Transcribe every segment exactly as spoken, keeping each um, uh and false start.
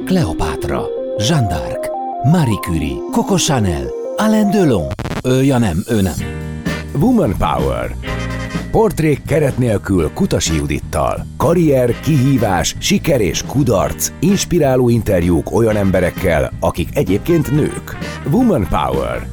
Kleopátra, Jeanne d'Arc, Marie Curie, Coco Chanel, Alain Delon. Ő, ja nem, ő nem. Woman Power. Portrék keret nélkül Kutasi Judittal. Karrier, kihívás, siker és kudarc. Inspiráló interjúk olyan emberekkel, akik egyébként nők. Woman Power.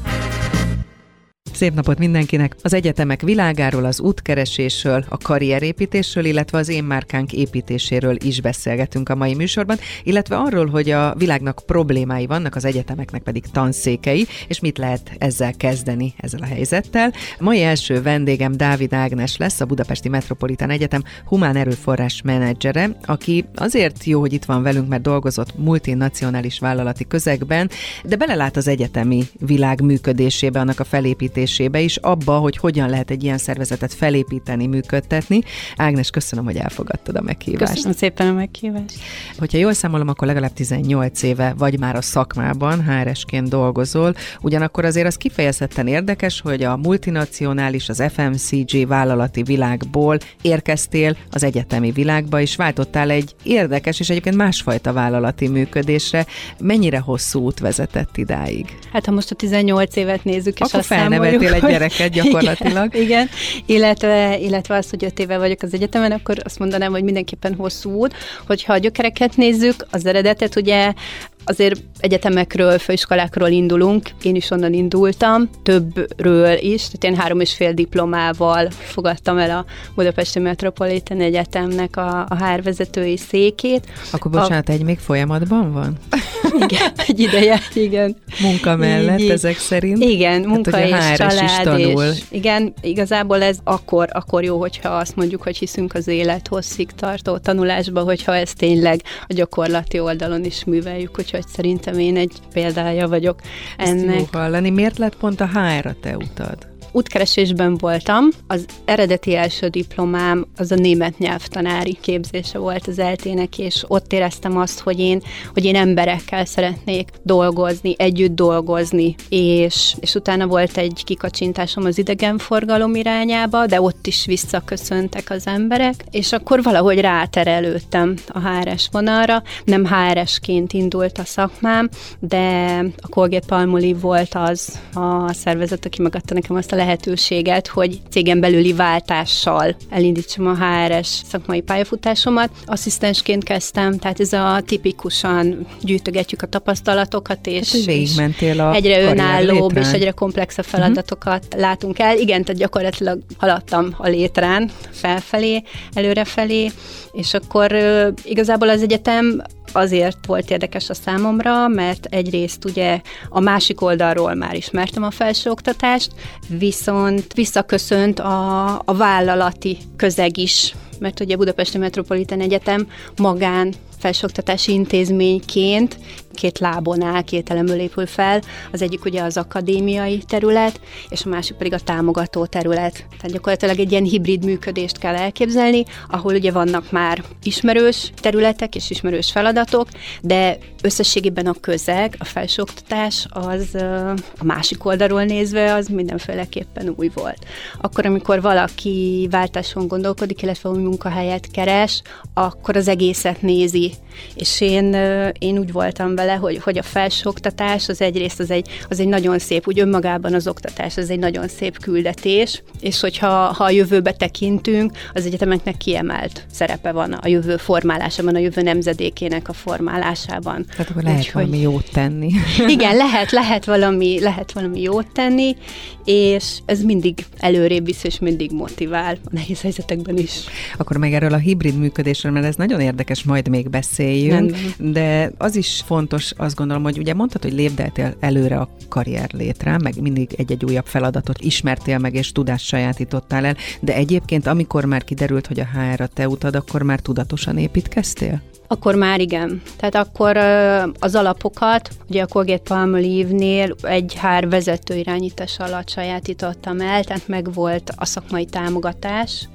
Szép napot mindenkinek! Az egyetemek világáról, az útkeresésről, a karrierépítésről, illetve az én márkánk építéséről is beszélgetünk a mai műsorban, illetve arról, hogy a világnak problémái vannak, az egyetemeknek pedig tanszékei, és mit lehet ezzel kezdeni, ezzel a helyzettel. Mai első vendégem Dávid Ágnes lesz, a Budapesti Metropolitán Egyetem humán erőforrás menedzsere, aki azért jó, hogy itt van velünk, mert dolgozott multinacionális vállalati közegben, de belelát az egyetemi világ működésébe, annak a felépítésébe is, abba, hogy hogyan lehet egy ilyen szervezetet felépíteni, működtetni. Ágnes, köszönöm, hogy elfogadtad a meghívást. Köszönöm szépen a meghívást. Hogyha jól számolom, akkor legalább tizennyolc éve vagy már a szakmában, há er esként dolgozol, ugyanakkor azért az kifejezetten érdekes, hogy a multinacionális, az ef em cé gé vállalati világból érkeztél az egyetemi világba, és váltottál egy érdekes és egyébként másfajta vállalati működésre. Mennyire hosszú út vezetett idáig? Hát ha most a tizennyolc évet nézzük, és akkor azt számoljuk, egy gyereket gyakorlatilag. Igen, igen. Illetve, illetve az, hogy öt éve vagyok az egyetemen, akkor azt mondanám, hogy mindenképpen hosszú út. Hogyha a gyökereket nézzük, az eredetet ugye azért egyetemekről, főiskolákról indulunk, én is onnan indultam, többről is, tehát én három és fél diplomával fogadtam el a Budapesti Metropolitán Egyetemnek a, a há er vezetői székét. Akkor bocsánat, a... egy még folyamatban van? Igen, egy ideje, igen. Munka mellett így, ezek szerint? Igen, munka hát, és család. Is és igen, igazából ez akkor, akkor jó, hogyha azt mondjuk, hogy hiszünk az élet hosszig tartó tanulásba, hogyha ezt tényleg a gyakorlati oldalon is műveljük, úgyhogy szerintem én egy példája vagyok ennek. Ezt jó hallani. Miért lett pont a há er a te utad? Útkeresésben voltam. Az eredeti első diplomám az a német nyelvtanári képzése volt az eltének, és ott éreztem azt, hogy én, hogy én emberekkel szeretnék dolgozni, együtt dolgozni, és, és utána volt egy kikacsintásom az idegenforgalom irányába, de ott is visszaköszöntek az emberek, és akkor valahogy ráterelődtem a há er es vonalra. Nem há er esként indult a szakmám, de a Colgate-Palmolive volt az a szervezet, aki megadta nekem azt a lehetőséget, hogy cégen belüli váltással elindítsam a há er es szakmai pályafutásomat. Asszisztensként kezdtem, tehát ez a tipikusan gyűjtögetjük a tapasztalatokat, és, hát, és a egyre önállóbb és egyre komplexebb feladatokat uh-huh. látunk el. Igen, tehát gyakorlatilag haladtam a létrán felfelé, előrefelé, és akkor uh, igazából az egyetem azért volt érdekes a számomra, mert egyrészt ugye a másik oldalról már ismertem a felsőoktatást, viszont visszaköszönt a, a vállalati közeg is, mert ugye a Budapesti Metropolitán Egyetem magán felsőoktatási intézményként két lábon áll, két elemből épül fel. Az egyik ugye az akadémiai terület, és a másik pedig a támogató terület. Tehát gyakorlatilag egy ilyen hibrid működést kell elképzelni, ahol ugye vannak már ismerős területek és ismerős feladatok, de összességében a közeg, a felsőoktatás az a másik oldalról nézve az mindenféleképpen új volt. Akkor, amikor valaki váltáson gondolkodik, illetve új munkahelyet keres, akkor az egészet nézi. És én, én úgy voltam vele, hogy, hogy a felsőoktatás az egyrészt az egy, az egy nagyon szép, úgy önmagában az oktatás, az egy nagyon szép küldetés, és hogyha ha a jövőbe tekintünk, az egyetemeknek kiemelt szerepe van a jövő formálásában, a jövő nemzedékének a formálásában. Tehát akkor lehet úgy, valami hogy... jót tenni. Igen, lehet, lehet, valami, lehet valami jót tenni, és ez mindig előrébb visz, és mindig motivál a nehéz helyzetekben is. Akkor meg erről a hibrid működésről, mert ez nagyon érdekes, majd még beszéljünk, nem. De az is fontos, azt gondolom, hogy ugye mondtad, hogy lépdeltél előre a karrier létre, meg mindig egy-egy újabb feladatot ismertél meg, és tudást sajátítottál el, de egyébként, amikor már kiderült, hogy a há er a te utad, akkor már tudatosan építkeztél? Akkor már igen. Tehát akkor az alapokat, ugye a Colgate-Palmolive-nél egy há er vezető irányítás alatt sajátítottam el, tehát megvolt a szakmai támogatás,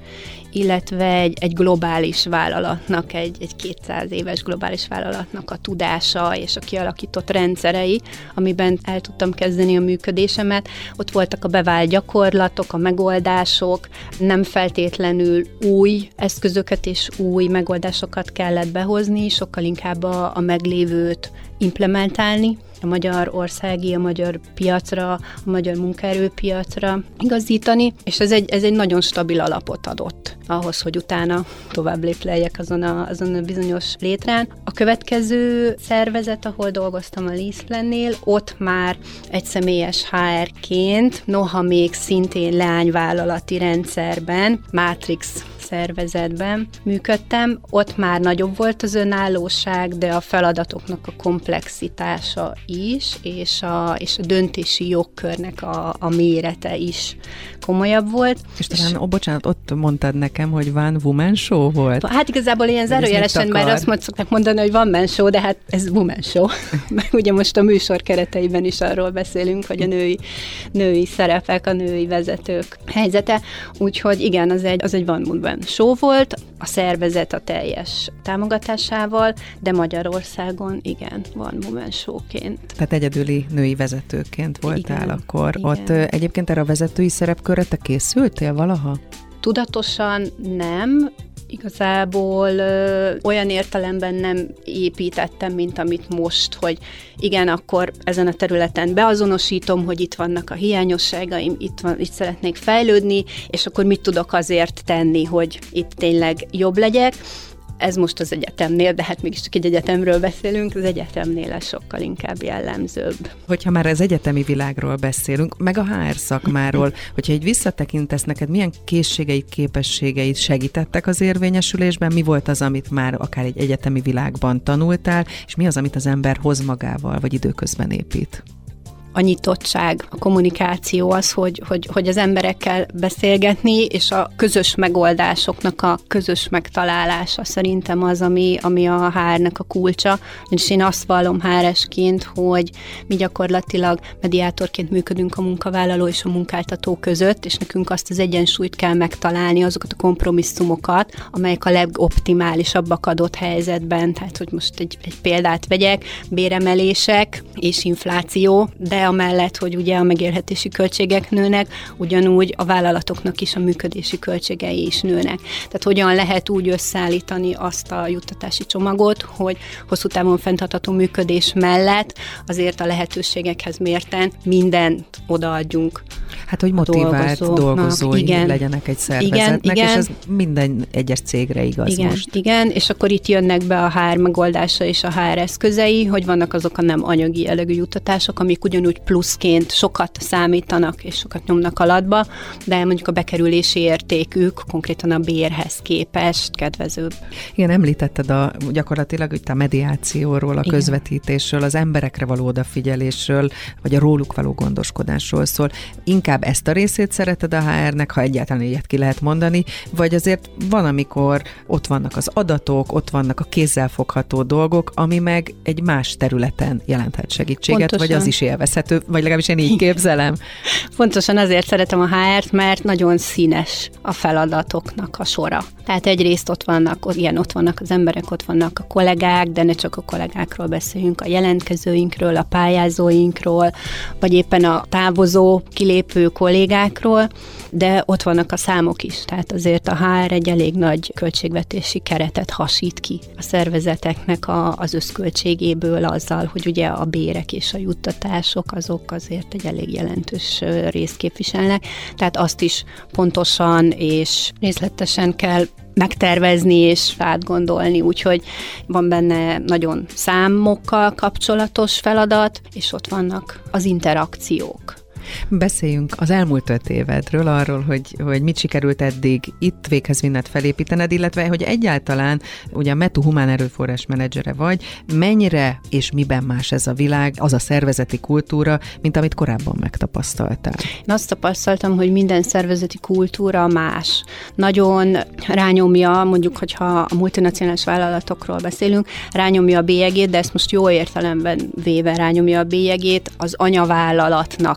illetve egy, egy globális vállalatnak, egy, egy kétszáz éves globális vállalatnak a tudása és a kialakított rendszerei, amiben el tudtam kezdeni a működésemet. Ott voltak a bevált gyakorlatok, a megoldások, nem feltétlenül új eszközöket és új megoldásokat kellett behozni, sokkal inkább a, a meglévőt implementálni, a magyar országi, a magyar piacra, a magyar munkaerőpiacra igazítani, és ez egy, ez egy nagyon stabil alapot adott ahhoz, hogy utána tovább lépleljek azon a, azon a bizonyos létrán. A következő szervezet, ahol dolgoztam a Leaseplannél, ott már egy személyes há er-ként, noha még szintén leányvállalati rendszerben, Matrix szervezetben működtem, ott már nagyobb volt az önállóság, de a feladatoknak a komplexitása is, és a, és a döntési jogkörnek a, a mérete is komolyabb volt. És talán, ó, bocsánat, ott mondtad nekem, hogy One Woman Show volt? Hát igazából ilyen zárójelesen, mert azt mond, szokták mondani, hogy One Man Show, de hát ez Woman Show. Meg ugye most a műsor kereteiben is arról beszélünk, hogy a női, női szerepek, a női vezetők helyzete. Úgyhogy igen, az egy, az egy One Woman Show volt, a szervezet a teljes támogatásával, de Magyarországon igen, One Woman Show-ként. Tehát egyedüli női vezetőként voltál igen, akkor. Igen. Ott egyébként erre a vezetői szerepkörre te készültél valaha? Tudatosan nem, igazából ö, olyan értelemben nem építettem, mint amit most, hogy igen, akkor ezen a területen beazonosítom, hogy itt vannak a hiányosságaim, itt, van, itt szeretnék fejlődni, és akkor mit tudok azért tenni, hogy itt tényleg jobb legyek. Ez most az egyetemnél, de hát mégiscsak egy egyetemről beszélünk, az egyetemnél ez sokkal inkább jellemzőbb. Hogyha már az egyetemi világról beszélünk, meg a há er szakmáról, hogyha egy visszatekintesz neked, milyen készségeid, képességeid segítettek az érvényesülésben, mi volt az, amit már akár egy egyetemi világban tanultál, és mi az, amit az ember hoz magával, vagy időközben épít? A nyitottság, a kommunikáció az, hogy, hogy, hogy az emberekkel beszélgetni, és a közös megoldásoknak a közös megtalálása szerintem az, ami, ami a há er-nek a kulcsa. És én azt vallom há er-esként, hogy mi gyakorlatilag mediátorként működünk a munkavállaló és a munkáltató között, és nekünk azt az egyensúlyt kell megtalálni, azokat a kompromisszumokat, amelyek a legoptimálisabbak adott helyzetben. Tehát, hogy most egy, egy példát vegyek, béremelések és infláció, de amellett, hogy ugye a megélhetési költségek nőnek, ugyanúgy a vállalatoknak is a működési költségei is nőnek. Tehát hogyan lehet úgy összeállítani azt a juttatási csomagot, hogy hosszú távon fenntartható működés mellett azért a lehetőségekhez mérten mindent odaadjunk. Hát, hogy motivált dolgozói igen. legyenek egy szervezetnek, igen, igen. És ez minden egyes cégre igaz igen, most. Igen, és akkor itt jönnek be a há er megoldása és a há er eszközei, hogy vannak azok a nem anyagi jellegű juttatások, amik ugyanúgy pluszként sokat számítanak és sokat nyomnak alatba, de mondjuk a bekerülési értékük konkrétan a bérhez képest kedvezőbb. Igen, említetted a, gyakorlatilag itt a mediációról, a igen. közvetítésről, az emberekre való odafigyelésről, vagy a róluk való gondoskodásról szól. Inkább ezt a részét szereted a há er-nek, ha egyáltalán ilyet ki lehet mondani, vagy azért van, amikor ott vannak az adatok, ott vannak a kézzelfogható dolgok, ami meg egy más területen jelenthet segítséget, pontosan. Vagy az is élvezhető, vagy legalábbis én így képzelem. Pontosan azért szeretem a há er-t, mert nagyon színes a feladatoknak a sora. Tehát egyrészt ott vannak, ilyen ott vannak az emberek, ott vannak a kollégák, de ne csak a kollégákról beszéljünk, a jelentkezőinkről, a pályázóinkról, vagy éppen a távozó, kilépő kollégákról, de ott vannak a számok is. Tehát azért a há er egy elég nagy költségvetési keretet hasít ki a szervezeteknek a, az összköltségéből azzal, hogy ugye a bérek és a juttatások azok azért egy elég jelentős részt képviselnek. Tehát azt is pontosan és részletesen kell megtervezni és átgondolni, úgyhogy van benne nagyon számokkal kapcsolatos feladat, és ott vannak az interakciók. Beszéljünk az elmúlt öt évedről, arról, hogy, hogy mit sikerült eddig itt véghez vinned, felépítened, illetve hogy egyáltalán ugye a Metu humán erőforrás menedzsere vagy, mennyire és miben más ez a világ, az a szervezeti kultúra, mint amit korábban megtapasztaltál? Én azt tapasztaltam, hogy minden szervezeti kultúra más. Nagyon rányomja, mondjuk, hogyha a multinacionális vállalatokról beszélünk, rányomja a bélyegét, de ezt most jó értelemben véve rányomja a bélyegét az anyavállalatnak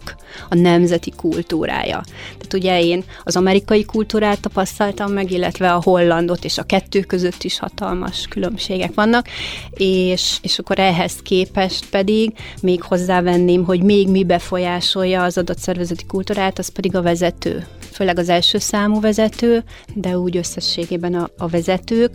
a nemzeti kultúrája. Tehát ugye én az amerikai kultúrát tapasztaltam meg, illetve a hollandot, és a kettő között is hatalmas különbségek vannak, és, és akkor ehhez képest pedig még hozzávenném, hogy még mi befolyásolja az adott szervezeti kultúrát, az pedig a vezető. Főleg az első számú vezető, de úgy összességében a, a vezetők.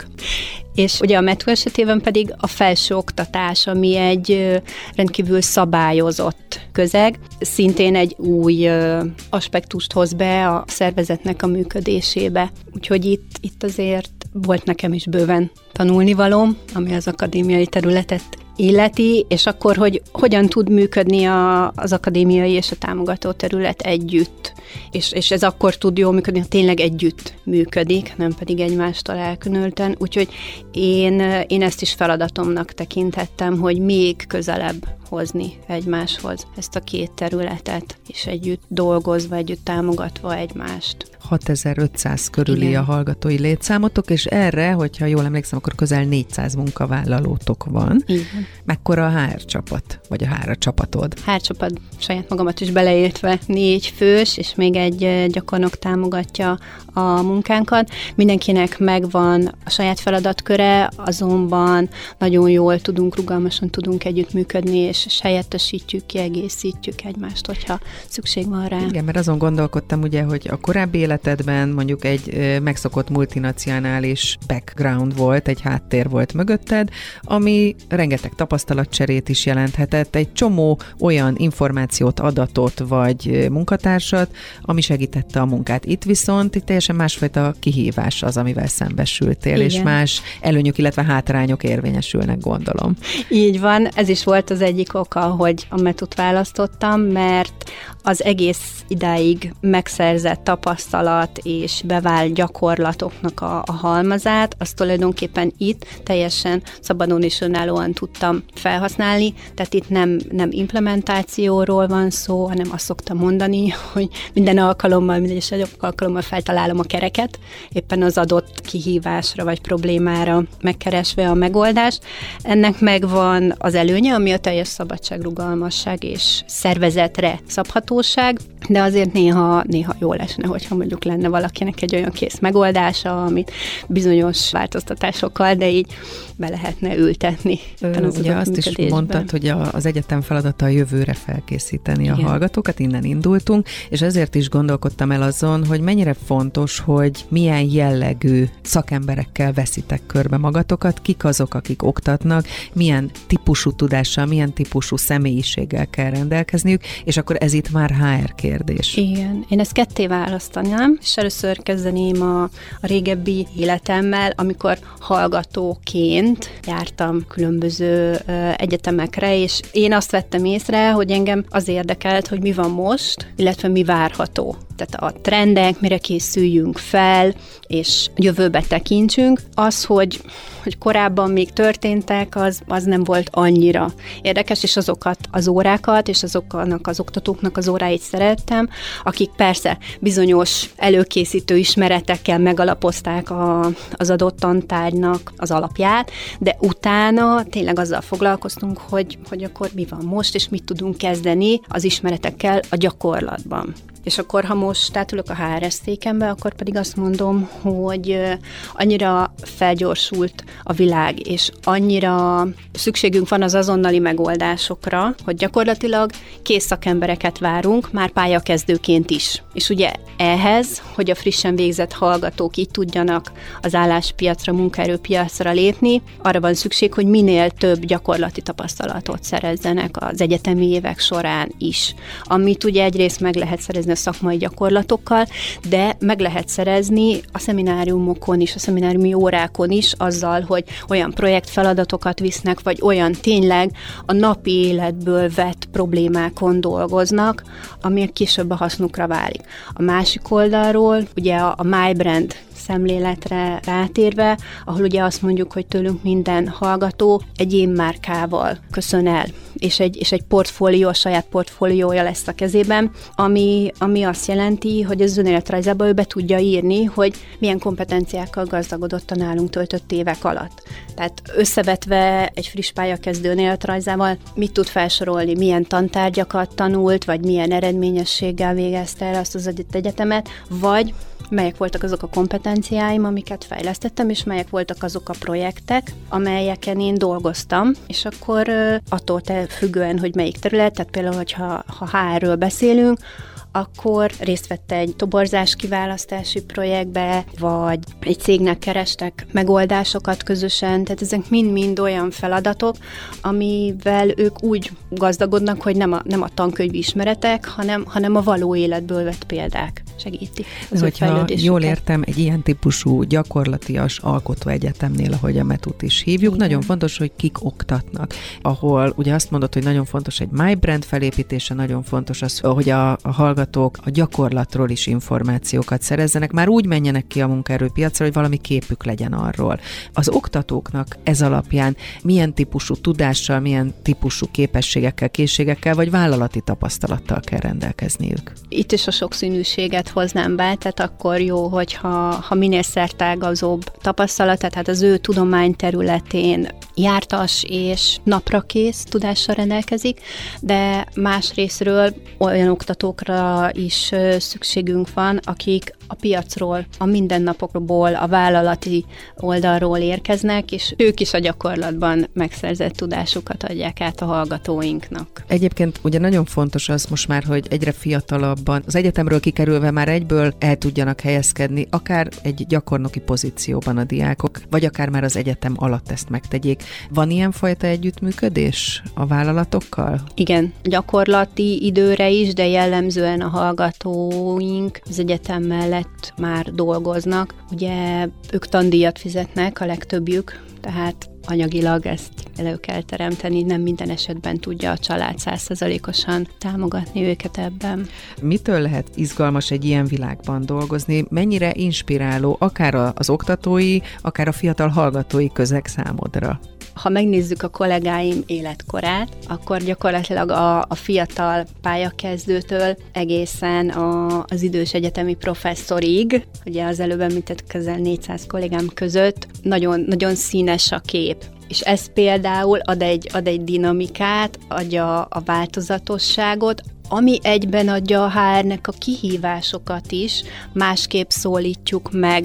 És ugye a METU esetében pedig a felső oktatás, ami egy rendkívül szabályozott közeg, szintén egy új aspektust hoz be a szervezetnek a működésébe. Úgyhogy itt, itt azért volt nekem is bőven tanulnivalóm, ami az akadémiai területet illeti, és akkor, hogy hogyan tud működni a, az akadémiai és a támogató terület együtt. És, és ez akkor tud jól működni, ha tényleg együtt működik, nem pedig egymástól elkülönülten. Úgyhogy én, én ezt is feladatomnak tekintettem, hogy még közelebb hozni egymáshoz ezt a két területet, és együtt dolgozva, együtt támogatva egymást. hatezer-ötszáz körüli Igen. a hallgatói létszámotok, és erre, hogyha jól emlékszem, akkor közel négyszáz munkavállalótok van. Igen. Mekkora a há er csapat, vagy a há er csapatod? há er csapat, saját magamat is beleértve, négy fős, és még egy gyakornok támogatja a munkánkat. Mindenkinek megvan a saját feladatköre, azonban nagyon jól tudunk, rugalmasan tudunk együttműködni, és helyettesítjük, kiegészítjük egymást, hogyha szükség van rá. Igen, mert azon gondolkodtam ugye, hogy a korábbi életedben mondjuk egy megszokott multinacionális background volt, egy háttér volt mögötted, ami rengeteg tapasztalatcserét is jelenthetett, egy csomó olyan információt, adatot vagy munkatársat, ami segítette a munkát. Itt viszont itt teljesen másfajta kihívás az, amivel szembesültél, Igen. és más előnyök, illetve hátrányok érvényesülnek, gondolom. Így van, ez is volt az egyik oka, hogy a metut választottam, mert az egész idáig megszerzett tapasztalat és bevált gyakorlatoknak a, a halmazát, azt tulajdonképpen itt teljesen szabadon és önállóan tudtam felhasználni, tehát itt nem, nem implementációról van szó, hanem azt szoktam mondani, hogy minden alkalommal, minden és egy alkalommal feltalálom a kereket, éppen az adott kihívásra vagy problémára megkeresve a megoldást. Ennek megvan az előnye, ami a teljes szabadság, rugalmasság és szervezetre szabhatóság, de azért néha, néha jó lesne, hogyha mondjuk lenne valakinek egy olyan kész megoldása, amit bizonyos változtatásokkal, de így be lehetne ültetni. Ö, ugye azt is mondtad, hogy a, az egyetem feladata a jövőre felkészíteni Igen. a hallgatókat, innen indultunk, és ezért is gondolkodtam el azon, hogy mennyire fontos, hogy milyen jellegű szakemberekkel veszitek körbe magatokat, kik azok, akik oktatnak, milyen típusú tudással, milyen típusú személyiséggel kell rendelkezniük, és akkor ez itt már há er kérdés. Igen, én ezt ketté választanám, és először kezdeném a, a régebbi életemmel, amikor hallgatóként jártam különböző uh, egyetemekre, és én azt vettem észre, hogy engem az érdekelt, hogy mi van most, illetve mi várható. Tehát a trendek, mire készüljünk fel, és jövőbe tekintsünk. Az, hogy, hogy korábban még történtek, az, az nem volt annyira érdekes, és azokat az órákat, és azoknak az oktatóknak az óráit szerettem, akik persze bizonyos előkészítő ismeretekkel megalapozták a, az adott tantárgynak az alapját, de utána tényleg azzal foglalkoztunk, hogy, hogy akkor mi van most, és mit tudunk kezdeni az ismeretekkel a gyakorlatban. És akkor, ha most átülök a há er es székembe, akkor pedig azt mondom, hogy annyira felgyorsult a világ, és annyira szükségünk van az azonnali megoldásokra, hogy gyakorlatilag kész szakembereket várunk, már pályakezdőként is. És ugye ehhez, hogy a frissen végzett hallgatók így tudjanak az álláspiacra, munkaerőpiacra lépni, arra van szükség, hogy minél több gyakorlati tapasztalatot szerezzenek az egyetemi évek során is. Amit ugye egyrészt meg lehet szerezni a szakmai gyakorlatokkal, de meg lehet szerezni a szemináriumokon is, a szemináriumi órákon is azzal, hogy olyan projektfeladatokat visznek, vagy olyan tényleg a napi életből vett problémákon dolgoznak, ami később a hasznukra válik. A másik oldalról ugye a, a My Brand szemléletre rátérve, ahol ugye azt mondjuk, hogy tőlünk minden hallgató egy énmárkával köszön el, és egy, és egy portfólió, a saját portfóliója lesz a kezében, ami, ami azt jelenti, hogy az önéletrajzába ő be tudja írni, hogy milyen kompetenciákkal gazdagodott a nálunk töltött évek alatt. Tehát összevetve egy friss pályakezdő önéletrajzával mit tud felsorolni, milyen tantárgyakat tanult, vagy milyen eredményességgel végezte el azt az adott egyetemet, vagy melyek voltak azok a kompetenciáim, amiket fejlesztettem, és melyek voltak azok a projektek, amelyeken én dolgoztam, és akkor attól te függően, hogy melyik terület, tehát például, hogyha ha há er-ről beszélünk, akkor részt vette egy toborzás kiválasztási projektbe, vagy egy cégnek kerestek megoldásokat közösen, tehát ezek mind-mind olyan feladatok, amivel ők úgy gazdagodnak, hogy nem a, nem a tankönyvi ismeretek, hanem, hanem a való életből vett példák segíti az ő fejlődésüket. Jól értem, egy ilyen típusú gyakorlatias alkotóegyetemnél, ahogy a metút is hívjuk, igen, nagyon fontos, hogy kik oktatnak, ahol ugye azt mondod, hogy nagyon fontos egy My Brand felépítése, nagyon fontos az, hogy a, a hallgatók a gyakorlatról is információkat szerezzenek, már úgy menjenek ki a munkaerőpiacra, hogy valami képük legyen arról. Az oktatóknak ez alapján milyen típusú tudással, milyen típusú képességekkel, készségekkel, vagy vállalati tapasztalattal kell rendelkezniük? Itt is a sokszínűséget hoznám be, tehát akkor jó, hogyha ha minél szertágazóbb tapasztalat, tehát az ő tudományterületén jártas és naprakész tudással rendelkezik, de más részről olyan oktatókra is szükségünk van, akik a piacról, a mindennapokból, a vállalati oldalról érkeznek, és ők is a gyakorlatban megszerzett tudásukat adják át a hallgatóinknak. Egyébként ugye nagyon fontos az most már, hogy egyre fiatalabban, az egyetemről kikerülve már egyből el tudjanak helyezkedni, akár egy gyakornoki pozícióban a diákok, vagy akár már az egyetem alatt ezt megtegyék. Van ilyen fajta együttműködés a vállalatokkal? Igen, gyakorlati időre is, de jellemzően a hallgatóink az egyetem mellett már dolgoznak. Ugye ők tandíjat fizetnek, a legtöbbjük, tehát anyagilag ezt elő kell teremteni, nem minden esetben tudja a család száz százalékosan támogatni őket ebben. Mitől lehet izgalmas egy ilyen világban dolgozni? Mennyire inspiráló akár az oktatói, akár a fiatal hallgatói közeg számodra? Ha megnézzük a kollégáim életkorát, akkor gyakorlatilag a, a fiatal pályakezdőtől egészen a, az idős egyetemi professzorig, ugye az előbb említett közel négyszáz kollégám között, nagyon, nagyon színes a kép. És ez például ad egy, ad egy dinamikát, adja a változatosságot, ami egyben adja a há er-nek a kihívásokat is, másképp szólítjuk meg,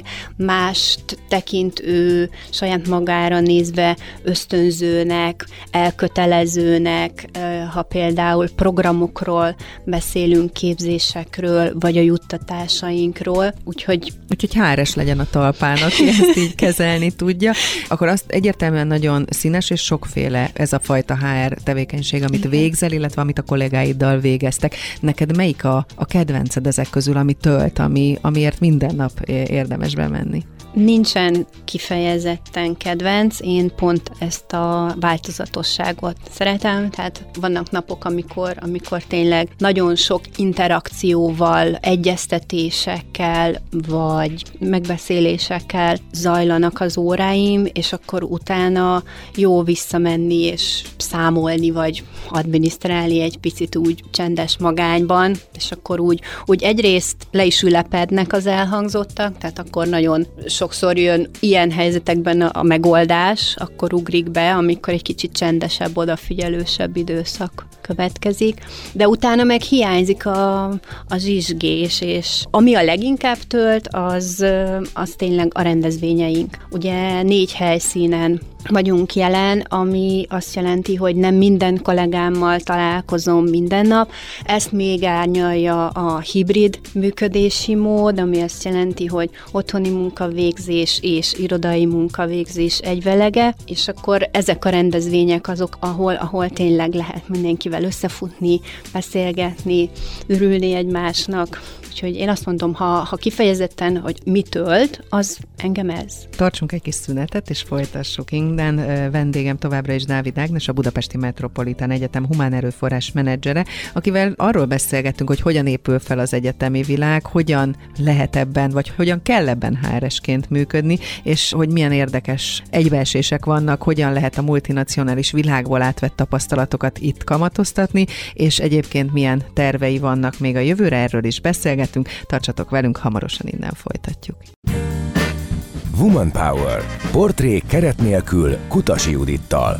mást tekint ő saját magára nézve ösztönzőnek, elkötelezőnek, ha például programokról beszélünk, képzésekről, vagy a juttatásainkról, úgyhogy... Úgyhogy há er-es legyen a talpán, aki ezt így kezelni tudja, akkor azt egyértelműen nagyon színes és sokféle ez a fajta há er tevékenység, amit végzel, illetve amit a kollégáiddal végez. Neked melyik a, a kedvenced ezek közül, ami tölt, ami, amiért minden nap érdemes bemenni? Nincsen kifejezetten kedvenc, én pont ezt a változatosságot szeretem, tehát vannak napok, amikor, amikor tényleg nagyon sok interakcióval, egyeztetésekkel, vagy megbeszélésekkel zajlanak az óráim, és akkor utána jó visszamenni és számolni, vagy adminisztrálni egy picit úgy csendes magányban, és akkor úgy, úgy egyrészt le is ülepednek az elhangzottak, tehát akkor nagyon sokszor jön ilyen helyzetekben a megoldás, akkor ugrik be, amikor egy kicsit csendesebb, odafigyelősebb időszak következik, de utána meg hiányzik a, a zsizsgés, és ami a leginkább tölt, az, az tényleg a rendezvényeink. Ugye négy helyszínen vagyunk jelen, ami azt jelenti, hogy nem minden kollégámmal találkozom minden nap. Ezt még árnyalja a hibrid működési mód, ami azt jelenti, hogy otthoni munkavégzés és irodai munkavégzés egyvelege, és akkor ezek a rendezvények azok, ahol, ahol tényleg lehet mindenkivel összefutni, beszélgetni, örülni egymásnak. Úgyhogy én azt mondom, ha, ha kifejezetten, hogy mi tölt, az engem ez. Tartsunk egy kis szünetet, és folytassuk innen. minden vendégem továbbra is Dávid Ágnes, a Budapesti Metropolitán Egyetem humán erőforrás menedzsere, akivel arról beszélgettünk, hogy hogyan épül fel az egyetemi világ, hogyan lehet ebben, vagy hogyan kell ebben há er esként működni, és hogy milyen érdekes egybeesések vannak, hogyan lehet a multinacionális világból átvett tapasztalatokat itt kamatoztatni, és egyébként milyen tervei vannak még a jövőre, erről is beszélgetünk. Tartsatok velünk, hamarosan innen folytatjuk. Woman Power. Portrék keret nélkül Kutasi Judittal.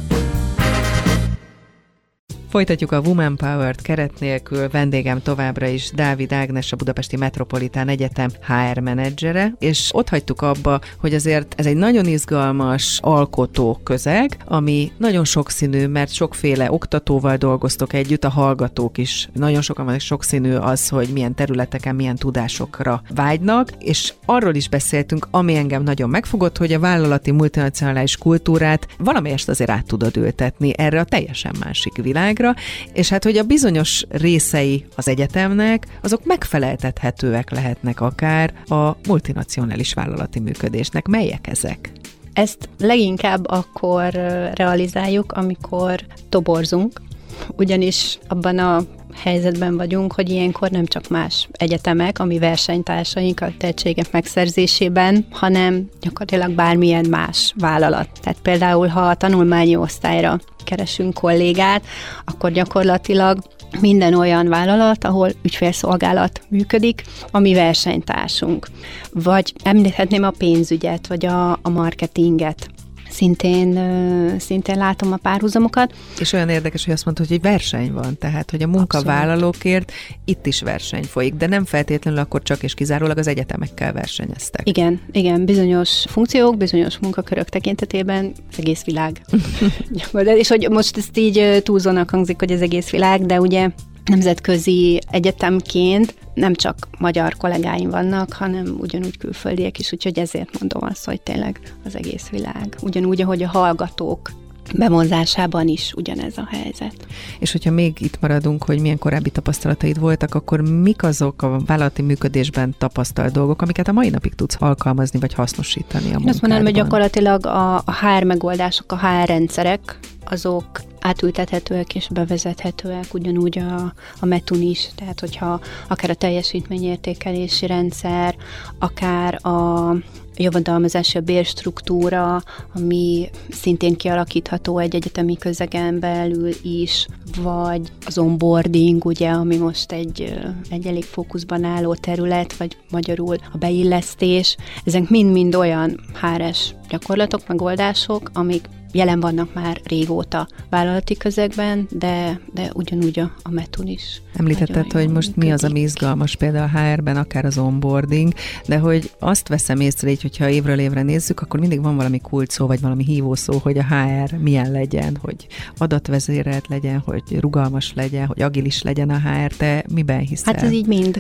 Folytatjuk a Woman Power-t keret nélkül, vendégem továbbra is Dávid Ágnes, a Budapesti Metropolitán Egyetem há er menedzsere, és ott hagytuk abba, hogy azért ez egy nagyon izgalmas alkotó közeg, ami nagyon sokszínű, mert sokféle oktatóval dolgoztok együtt, a hallgatók is nagyon sokan van, és sokszínű az, hogy milyen területeken, milyen tudásokra vágynak, és arról is beszéltünk, ami engem nagyon megfogott, hogy a vállalati multinacionális kultúrát valamelyest azért át tudod ültetni erre a teljesen másik világra, és hát, hogy a bizonyos részei az egyetemnek, azok megfeleltethetőek lehetnek akár a multinacionális vállalati működésnek. Melyek ezek? Ezt leginkább akkor realizáljuk, amikor toborzunk, ugyanis abban a helyzetben vagyunk, hogy ilyenkor nem csak más egyetemek, ami versenytársaink a tehetségek megszerzésében, hanem gyakorlatilag bármilyen más vállalat. Tehát például, ha a tanulmányi osztályra keresünk kollégát, akkor gyakorlatilag minden olyan vállalat, ahol ügyfélszolgálat működik, ami versenytársunk. Vagy említhetném a pénzügyet, vagy a, a marketinget. Szintén, szintén látom a párhuzamokat. És olyan érdekes, hogy azt mondtad, hogy verseny van, tehát, hogy a munkavállalókért itt is verseny folyik, de nem feltétlenül akkor csak és kizárólag az egyetemekkel versenyeztek. Igen, igen, bizonyos funkciók, bizonyos munkakörök tekintetében az egész világ. És hogy most ezt így túlzónak hangzik, hogy az egész világ, de ugye nemzetközi egyetemként nem csak magyar kollégáim vannak, hanem ugyanúgy külföldiek is, úgyhogy ezért mondom azt, hogy tényleg az egész világ. Ugyanúgy, ahogy a hallgatók bevonzásában is ugyanez a helyzet. És hogyha még itt maradunk, hogy milyen korábbi tapasztalataid voltak, akkor mik azok a vállalati működésben tapasztalt dolgok, amiket a mai napig tudsz alkalmazni, vagy hasznosítani a munkádban? Azt mondanám, hogy gyakorlatilag a, a há er megoldások, a há er rendszerek, azok átültethetőek és bevezethetőek, ugyanúgy a, a metun is, tehát hogyha akár a teljesítményértékelési rendszer, akár a javadalmazási, a bérstruktúra, ami szintén kialakítható egy egyetemi közegen belül is, vagy az onboarding, ugye, ami most egy, egy elég fókuszban álló terület, vagy magyarul a beillesztés. Ezek mind-mind olyan há er es gyakorlatok, megoldások, amik jelen vannak már régóta vállalati közegben, de, de ugyanúgy a, a metun is. Említetted, hogy most működik. Mi az, ami izgalmas például a há er-ben, akár az onboarding, de hogy azt veszem észre így, hogyha évről évre nézzük, akkor mindig van valami kulcsszó, vagy valami hívószó, hogy a há er milyen legyen, hogy adatvezérelt legyen, hogy rugalmas legyen, hogy agilis legyen a há er. Te miben hiszel? Hát ez így mind.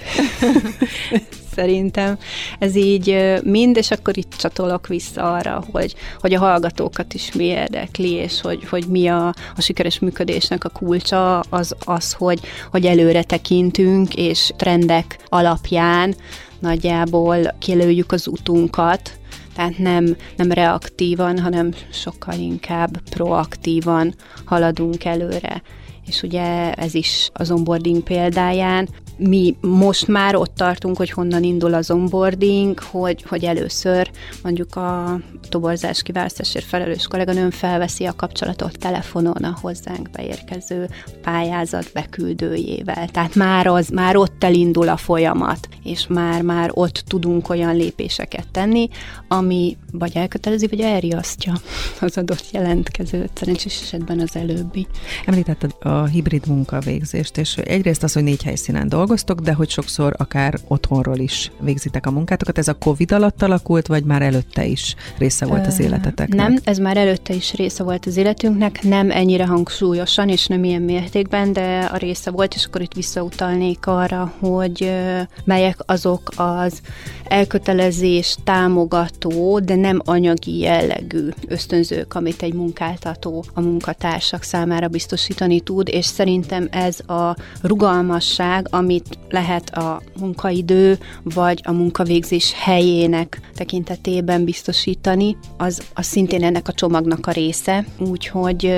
Szerintem ez így mind, és akkor itt csatolok vissza arra, hogy, hogy a hallgatókat is mi érdekli, és hogy, hogy mi a, a sikeres működésnek a kulcsa, az az, hogy, hogy előre tekintünk, és trendek alapján nagyjából kilőjük az utunkat, tehát nem, nem reaktívan, hanem sokkal inkább proaktívan haladunk előre. És ugye ez is az onboarding példáján. Mi most már ott tartunk, hogy honnan indul az onboarding, hogy, hogy először mondjuk a toborzás kiválasztásért felelős kolléganőm felveszi a kapcsolatot telefonon a hozzánk beérkező pályázat beküldőjével. Tehát már, az, már ott elindul a folyamat, és már, már ott tudunk olyan lépéseket tenni, ami vagy elkötelezi, vagy elriasztja az adott jelentkezőt. Szerencsés esetben az előbbi. Említetted a hibrid munkavégzést, és egyrészt az, hogy négy helyszínen dolgoztok, de hogy sokszor akár otthonról is végzitek a munkátokat. Ez a Covid alatt alakult, vagy már előtte is része volt az életeteknek? Nem, ez már előtte is része volt az életünknek, nem ennyire hangsúlyosan, és nem ilyen mértékben, de a része volt, és akkor itt visszautalnék arra, hogy melyek azok az elkötelezés támogató, de nem anyagi jellegű ösztönzők, amit egy munkáltató a munkatársak számára biztosítani tud, és szerintem ez a rugalmasság, ami amit lehet a munkaidő vagy a munkavégzés helyének tekintetében biztosítani, az, az szintén ennek a csomagnak a része, úgyhogy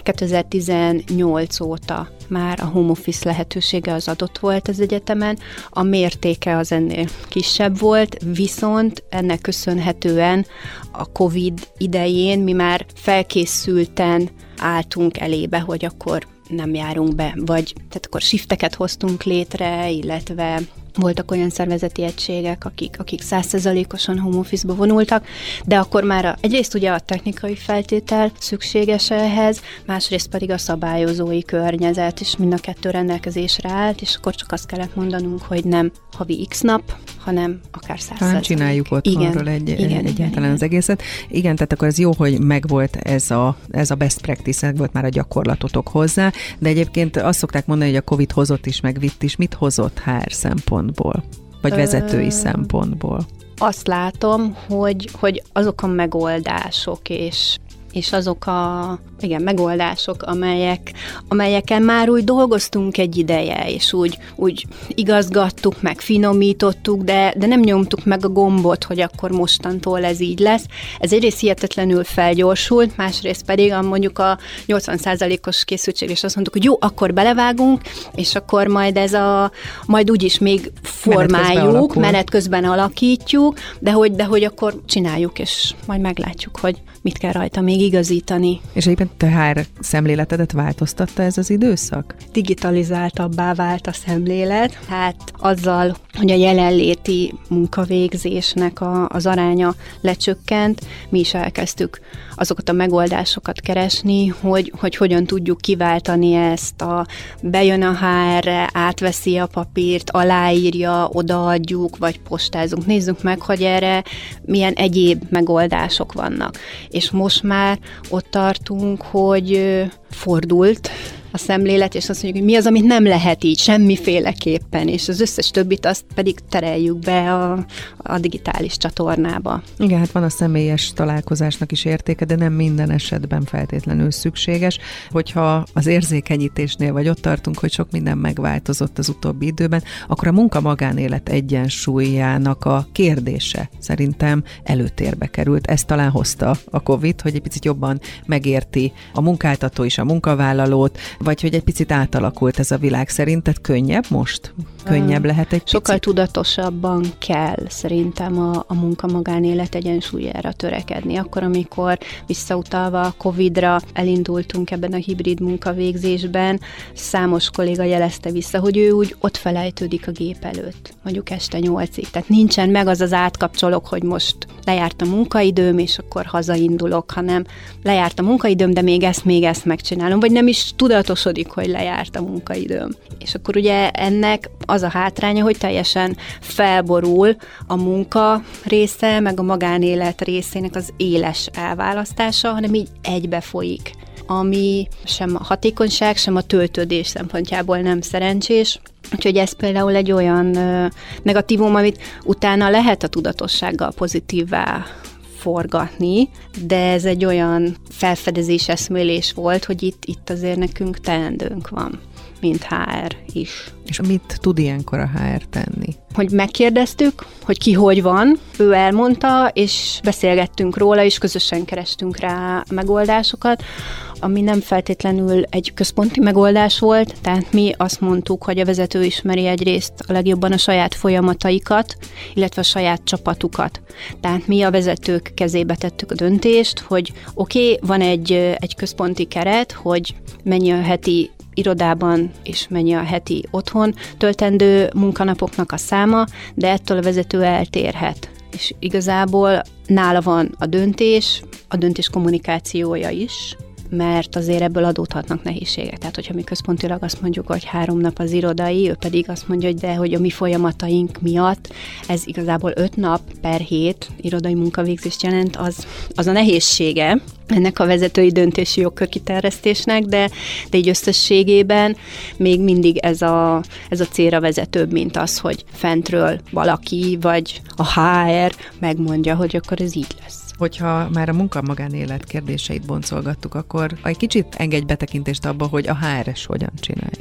kétezer-tizennyolc óta már a home office lehetősége az adott volt az egyetemen, a mértéke az ennél kisebb volt, viszont ennek köszönhetően a Covid idején mi már felkészülten álltunk elébe, hogy akkor nem járunk be, vagy tehát akkor shifteket hoztunk létre, illetve voltak olyan szervezeti egységek, akik, akik száz százalékosan home office-ba vonultak, de akkor már a, egyrészt ugye a technikai feltétel szükséges ehhez, másrészt pedig a szabályozói környezet, és mind a kettő rendelkezésre állt, és akkor csak azt kellett mondanunk, hogy nem havi x nap, hanem akár száz százalék. Csináljuk otthonról egy, igen, egy, egyáltalán igen. Az egészet. Igen, tehát akkor ez jó, hogy megvolt ez a, ez a best practice, megvolt már a gyakorlatotok hozzá, de egyébként azt szokták mondani, hogy a Covid hozott is, meg vitt is. Mit hozott há er szempontból? Vagy vezetői Ö... szempontból? Azt látom, hogy, hogy azok a megoldások és és azok a igen, megoldások, amelyek, amelyeken már úgy dolgoztunk egy ideje, és úgy, úgy igazgattuk, meg finomítottuk, de, de nem nyomtuk meg a gombot, hogy akkor mostantól ez így lesz. Ez egyrészt hihetetlenül felgyorsult, másrészt pedig a, mondjuk a nyolcvan százalékos készültség, és azt mondtuk, hogy jó, akkor belevágunk, és akkor majd ez a, majd úgyis még formáljuk, menet közben, menet közben alakítjuk, de hogy, de hogy akkor csináljuk, és majd meglátjuk, hogy mit kell rajta még igazítani. És egyébként te há er szemléletedet változtatta ez az időszak? Digitalizáltabbá vált a szemlélet. Hát azzal, hogy a jelenléti munkavégzésnek a, az aránya lecsökkent, mi is elkezdtük azokat a megoldásokat keresni, hogy, hogy hogyan tudjuk kiváltani ezt, a, bejön a há erre, átveszi a papírt, aláírja, odaadjuk, vagy postázunk. Nézzük meg, hogy erre milyen egyéb megoldások vannak. És most már ott tartunk, hogy fordult a szemlélet, és azt mondjuk, hogy mi az, amit nem lehet így, semmiféleképpen, és az összes többit azt pedig tereljük be a, a digitális csatornába. Igen, hát van a személyes találkozásnak is értéke, de nem minden esetben feltétlenül szükséges. Hogyha az érzékenyítésnél vagy ott tartunk, hogy sok minden megváltozott az utóbbi időben, akkor a munka-magánélet egyensúlyának a kérdése szerintem előtérbe került. Ezt talán hozta a Covid, hogy egy picit jobban megérti a munkáltató is a munkavállalót, vagy hogy egy picit átalakult ez a világ. Szerinted könnyebb most? Könnyebb lehet egy Sokkal picit? tudatosabban kell szerintem a, a munka-magánélet egyensúlyára törekedni. Akkor, amikor visszautalva a Covidra elindultunk ebben a hibrid munkavégzésben, számos kolléga jelezte vissza, hogy ő úgy ott felejtődik a gép előtt, mondjuk este nyolcig. Tehát nincsen meg az az átkapcsolok, hogy most lejárt a munkaidőm, és akkor hazaindulok, hanem lejárt a munkaidőm, de még ezt, még ezt megcsinálom, vagy nem is tudatosodik, hogy lejárt a munkaidőm. És akkor ugye ennek az a hátránya, hogy teljesen felborul a munka része, meg a magánélet részének az éles elválasztása, hanem így egybe folyik, ami sem a hatékonyság, sem a töltődés szempontjából nem szerencsés. Úgyhogy ez például egy olyan ö, negatívum, amit utána lehet a tudatossággal pozitívvá forgatni, de ez egy olyan felfedezés, eszmélés volt, hogy itt, itt azért nekünk teendőnk van, mint há er is. És mit tud ilyenkor a há er tenni? Hogy megkérdeztük, hogy ki hogy van, ő elmondta, és beszélgettünk róla, és közösen kerestünk rá megoldásokat, ami nem feltétlenül egy központi megoldás volt, tehát mi azt mondtuk, hogy a vezető ismeri egyrészt a legjobban a saját folyamataikat, illetve a saját csapatukat. Tehát mi a vezetők kezébe tettük a döntést, hogy oké, okay, van egy, egy központi keret, hogy mennyi a heti irodában, és mennyi a heti otthon töltendő munkanapoknak a száma, de ettől a vezető eltérhet. És igazából nála van a döntés, a döntés kommunikációja is, mert azért ebből adódhatnak nehézségek. Tehát, hogyha mi központilag azt mondjuk, hogy három nap az irodai, ő pedig azt mondja, hogy de, hogy a mi folyamataink miatt ez igazából öt nap per hét irodai munkavégzést jelent, az, az a nehézsége ennek a vezetői döntési jogkör kiterjesztésnek, de, de így összességében még mindig ez a, ez a célra vezetőbb, mint az, hogy fentről valaki, vagy a há er megmondja, hogy akkor ez így lesz. Hogyha már a munka-magánélet kérdéseit boncolgattuk, akkor egy kicsit engedj betekintést abba, hogy a há er es hogyan csinálja.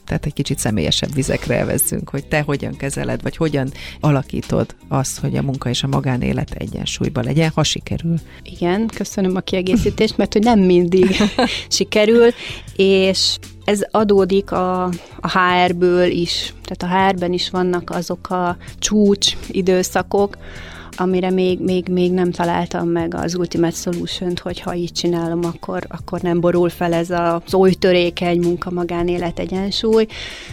Tehát egy kicsit személyesebb vizekre elvezzünk, hogy te hogyan kezeled, vagy hogyan alakítod azt, hogy a munka és a magánélet egyensúlyban legyen, ha sikerül. Igen, köszönöm a kiegészítést, mert hogy nem mindig sikerül, és ez adódik a, a há er-ből is, tehát a há er-ben is vannak azok a csúcs időszakok, amire még, még, még nem találtam meg az ultimate solution-t, hogy ha így csinálom, akkor, akkor nem borul fel ez az oly törékeny munka-magánélet egyensúly,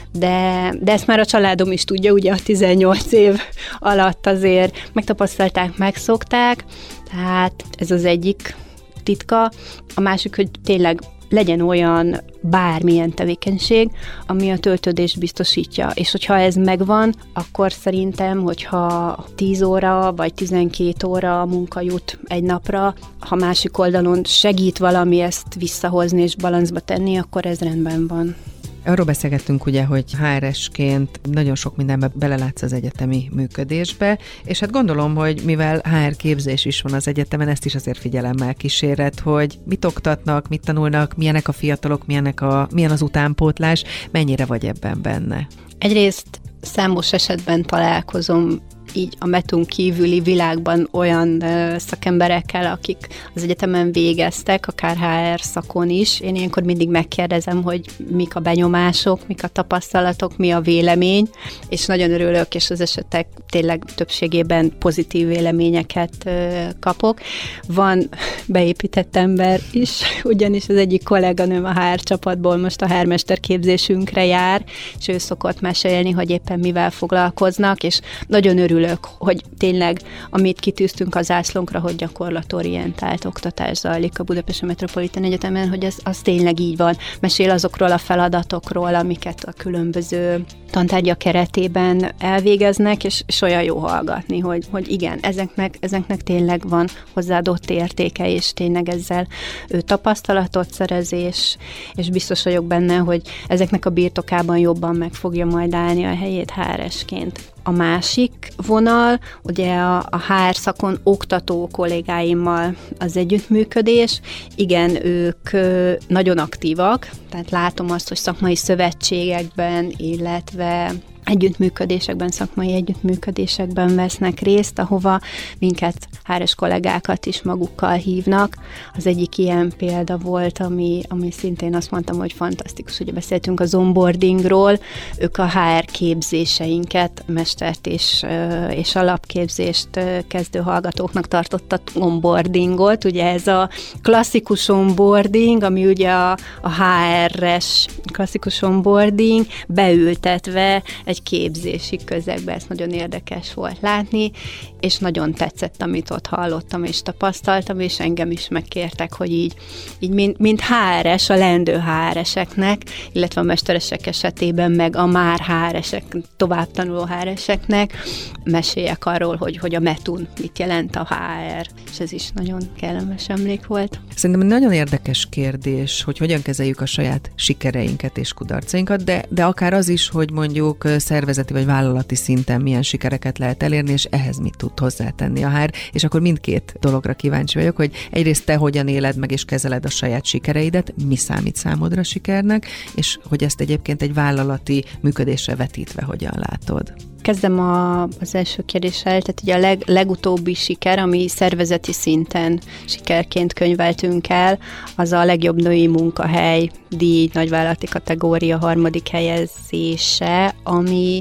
de, de ezt már a családom is tudja, ugye a tizennyolc év alatt azért megtapasztalták, megszokták, tehát ez az egyik titka. A másik, hogy tényleg legyen olyan bármilyen tevékenység, ami a töltődést biztosítja. És hogyha ez megvan, akkor szerintem, hogyha tíz óra vagy tizenkét óra munka jut egy napra, ha másik oldalon segít valami ezt visszahozni és balanszba tenni, akkor ez rendben van. Arról beszélgettünk ugye, hogy há er esként nagyon sok mindenbe belelátsz az egyetemi működésbe, és hát gondolom, hogy mivel há er képzés is van az egyetemen, ezt is azért figyelemmel kíséred, hogy mit oktatnak, mit tanulnak, milyenek a fiatalok, milyenek a, milyen az utánpótlás, mennyire vagy ebben benne? Egyrészt számos esetben találkozom így a metún kívüli világban olyan ö, szakemberekkel, akik az egyetemen végeztek, akár há er szakon is. Én ilyenkor mindig megkérdezem, hogy mik a benyomások, mik a tapasztalatok, mi a vélemény, és nagyon örülök, és az esetek tényleg többségében pozitív véleményeket ö, kapok. Van beépített ember is, ugyanis az egyik kolléganőm a há er csapatból most a há er mesterképzésünkre jár, és ő szokott mesélni, hogy éppen mivel foglalkoznak, és nagyon örülök, hogy tényleg, amit kitűztünk az zászlónkra, hogy gyakorlatorientált oktatás zajlik a Budapesti Metropolitan Egyetemen, hogy ez, az tényleg így van. Mesél azokról a feladatokról, amiket a különböző tantárgya keretében elvégeznek, és, és olyan jó hallgatni, hogy, hogy igen, ezeknek, ezeknek tényleg van hozzáadott értéke, és tényleg ezzel ő tapasztalatot szerez, és, és biztos vagyok benne, hogy ezeknek a birtokában jobban meg fogja majd állni a helyét há er esként. A másik vonal, ugye a, a há er szakon oktató kollégáimmal az együttműködés. Igen, ők nagyon aktívak, tehát látom azt, hogy szakmai szövetségekben, illetve együttműködésekben, szakmai együttműködésekben vesznek részt, ahova minket há er es kollégákat is magukkal hívnak. Az egyik ilyen példa volt, ami, ami szintén azt mondtam, hogy fantasztikus, ugye beszéltünk az onboardingról, ők a há er képzéseinket, mestert és, és alapképzést kezdő hallgatóknak tartottak onboardingot, ugye ez a klasszikus onboarding, ami ugye a, a há er-es klasszikus onboarding beültetve egy képzési közegbe, ez nagyon érdekes volt látni, és nagyon tetszett, amit ott hallottam és tapasztaltam, és engem is megkértek, hogy így, így mint, mint há er es, a leendő há er eseknek, illetve a mesteresek esetében meg a már há er esek, tovább tanuló há er eseknek meséljek arról, hogy, hogy a metún mit jelent a há er, és ez is nagyon kellemes emlék volt. Szerintem nagyon érdekes kérdés, hogy hogyan kezeljük a saját sikereinket és kudarcainkat, de, de akár az is, hogy mondjuk szervezeti vagy vállalati szinten milyen sikereket lehet elérni, és ehhez mit tud hozzátenni a há er, és akkor mindkét dologra kíváncsi vagyok, hogy egyrészt te hogyan éled meg és kezeled a saját sikereidet, mi számít számodra sikernek, és hogy ezt egyébként egy vállalati működésre vetítve hogyan látod. Kezdem a, az első kérdéssel, tehát ugye a leg, legutóbbi siker, ami szervezeti szinten sikerként könyveltünk el, az a legjobb női munkahely díj nagyvállalati kategória harmadik helyezése, ami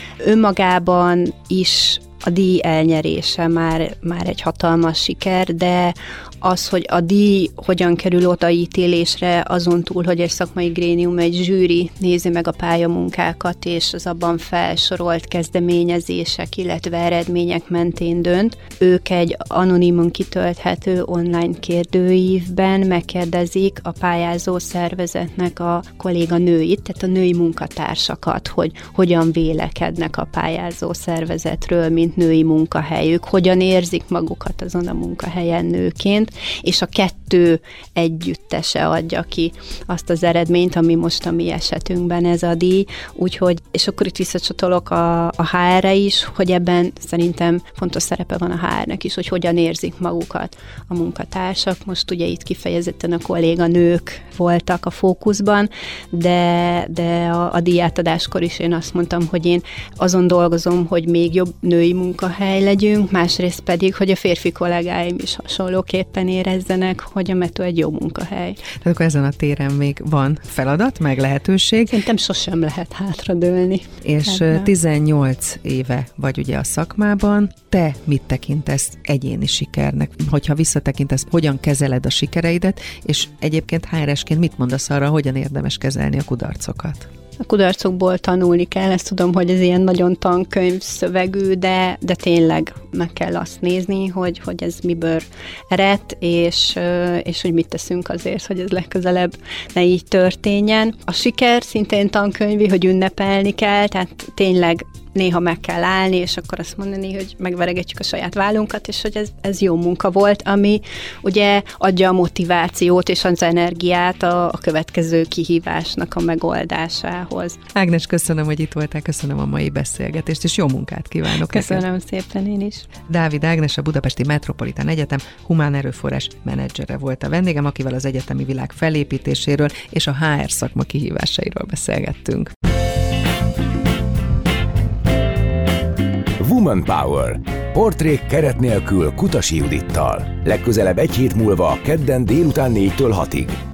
önmagában is a díj elnyerése már, már egy hatalmas siker, de az, hogy a díj hogyan kerül odaítélésre, azon túl, hogy egy szakmai grémium, egy zsűri nézi meg a pályamunkákat, és az abban felsorolt kezdeményezések, illetve eredmények mentén dönt. Ők egy anonimun kitölthető online kérdőívben megkérdezik a pályázó szervezetnek a kolléganőit, tehát a női munkatársakat, hogy hogyan vélekednek a pályázó szervezetről, mint női munkahelyük, hogyan érzik magukat azon a munkahelyen nőként, pont, és a kettő együttese adja ki azt az eredményt, ami most a mi esetünkben ez a díj. Úgyhogy, és akkor itt visszacsatolok a, a há erre is, hogy ebben szerintem fontos szerepe van a há ernek is, hogy hogyan érzik magukat a munkatársak. Most ugye itt kifejezetten a kolléganők voltak a fókuszban, de, de a, a díjátadáskor is én azt mondtam, hogy én azon dolgozom, hogy még jobb női munkahely legyünk, másrészt pedig, hogy a férfi kollégáim is hasonlóképpen érezzenek, hogy a Metro egy jó munkahely. Tehát akkor ezen a téren még van feladat, meg lehetőség. Szerintem sosem lehet hátradőlni. És ebben. tizennyolc éve vagy ugye a szakmában. Te mit tekintesz egyéni sikernek? Hogyha visszatekintesz, hogyan kezeled a sikereidet, és egyébként há eresként mit mondasz arra, hogyan érdemes kezelni a kudarcokat? A kudarcokból tanulni kell, ezt tudom, hogy ez ilyen nagyon tankönyv szövegű, de, de tényleg meg kell azt nézni, hogy, hogy ez miből ered, és, és hogy mit teszünk azért, hogy ez legközelebb ne így történjen. A siker szintén tankönyvi, hogy ünnepelni kell, tehát tényleg néha meg kell állni, és akkor azt mondani, hogy megveregetjük a saját vállunkat, és hogy ez, ez jó munka volt, ami ugye adja a motivációt és az energiát a, a következő kihívásnak a megoldásához. Ágnes, köszönöm, hogy itt voltál, köszönöm a mai beszélgetést, és jó munkát kívánok. Köszönöm neked. Szépen én is. Dávid Ágnes, a Budapesti Metropolitán Egyetem humán erőforrás menedzsere volt a vendégem, akivel az egyetemi világ felépítéséről és a há er szakma kihívásairól beszélgettünk. Woman Power. Portrék keret nélkül Kutasi Judittal. Legközelebb egy hét múlva, kedden délután négytől hatig.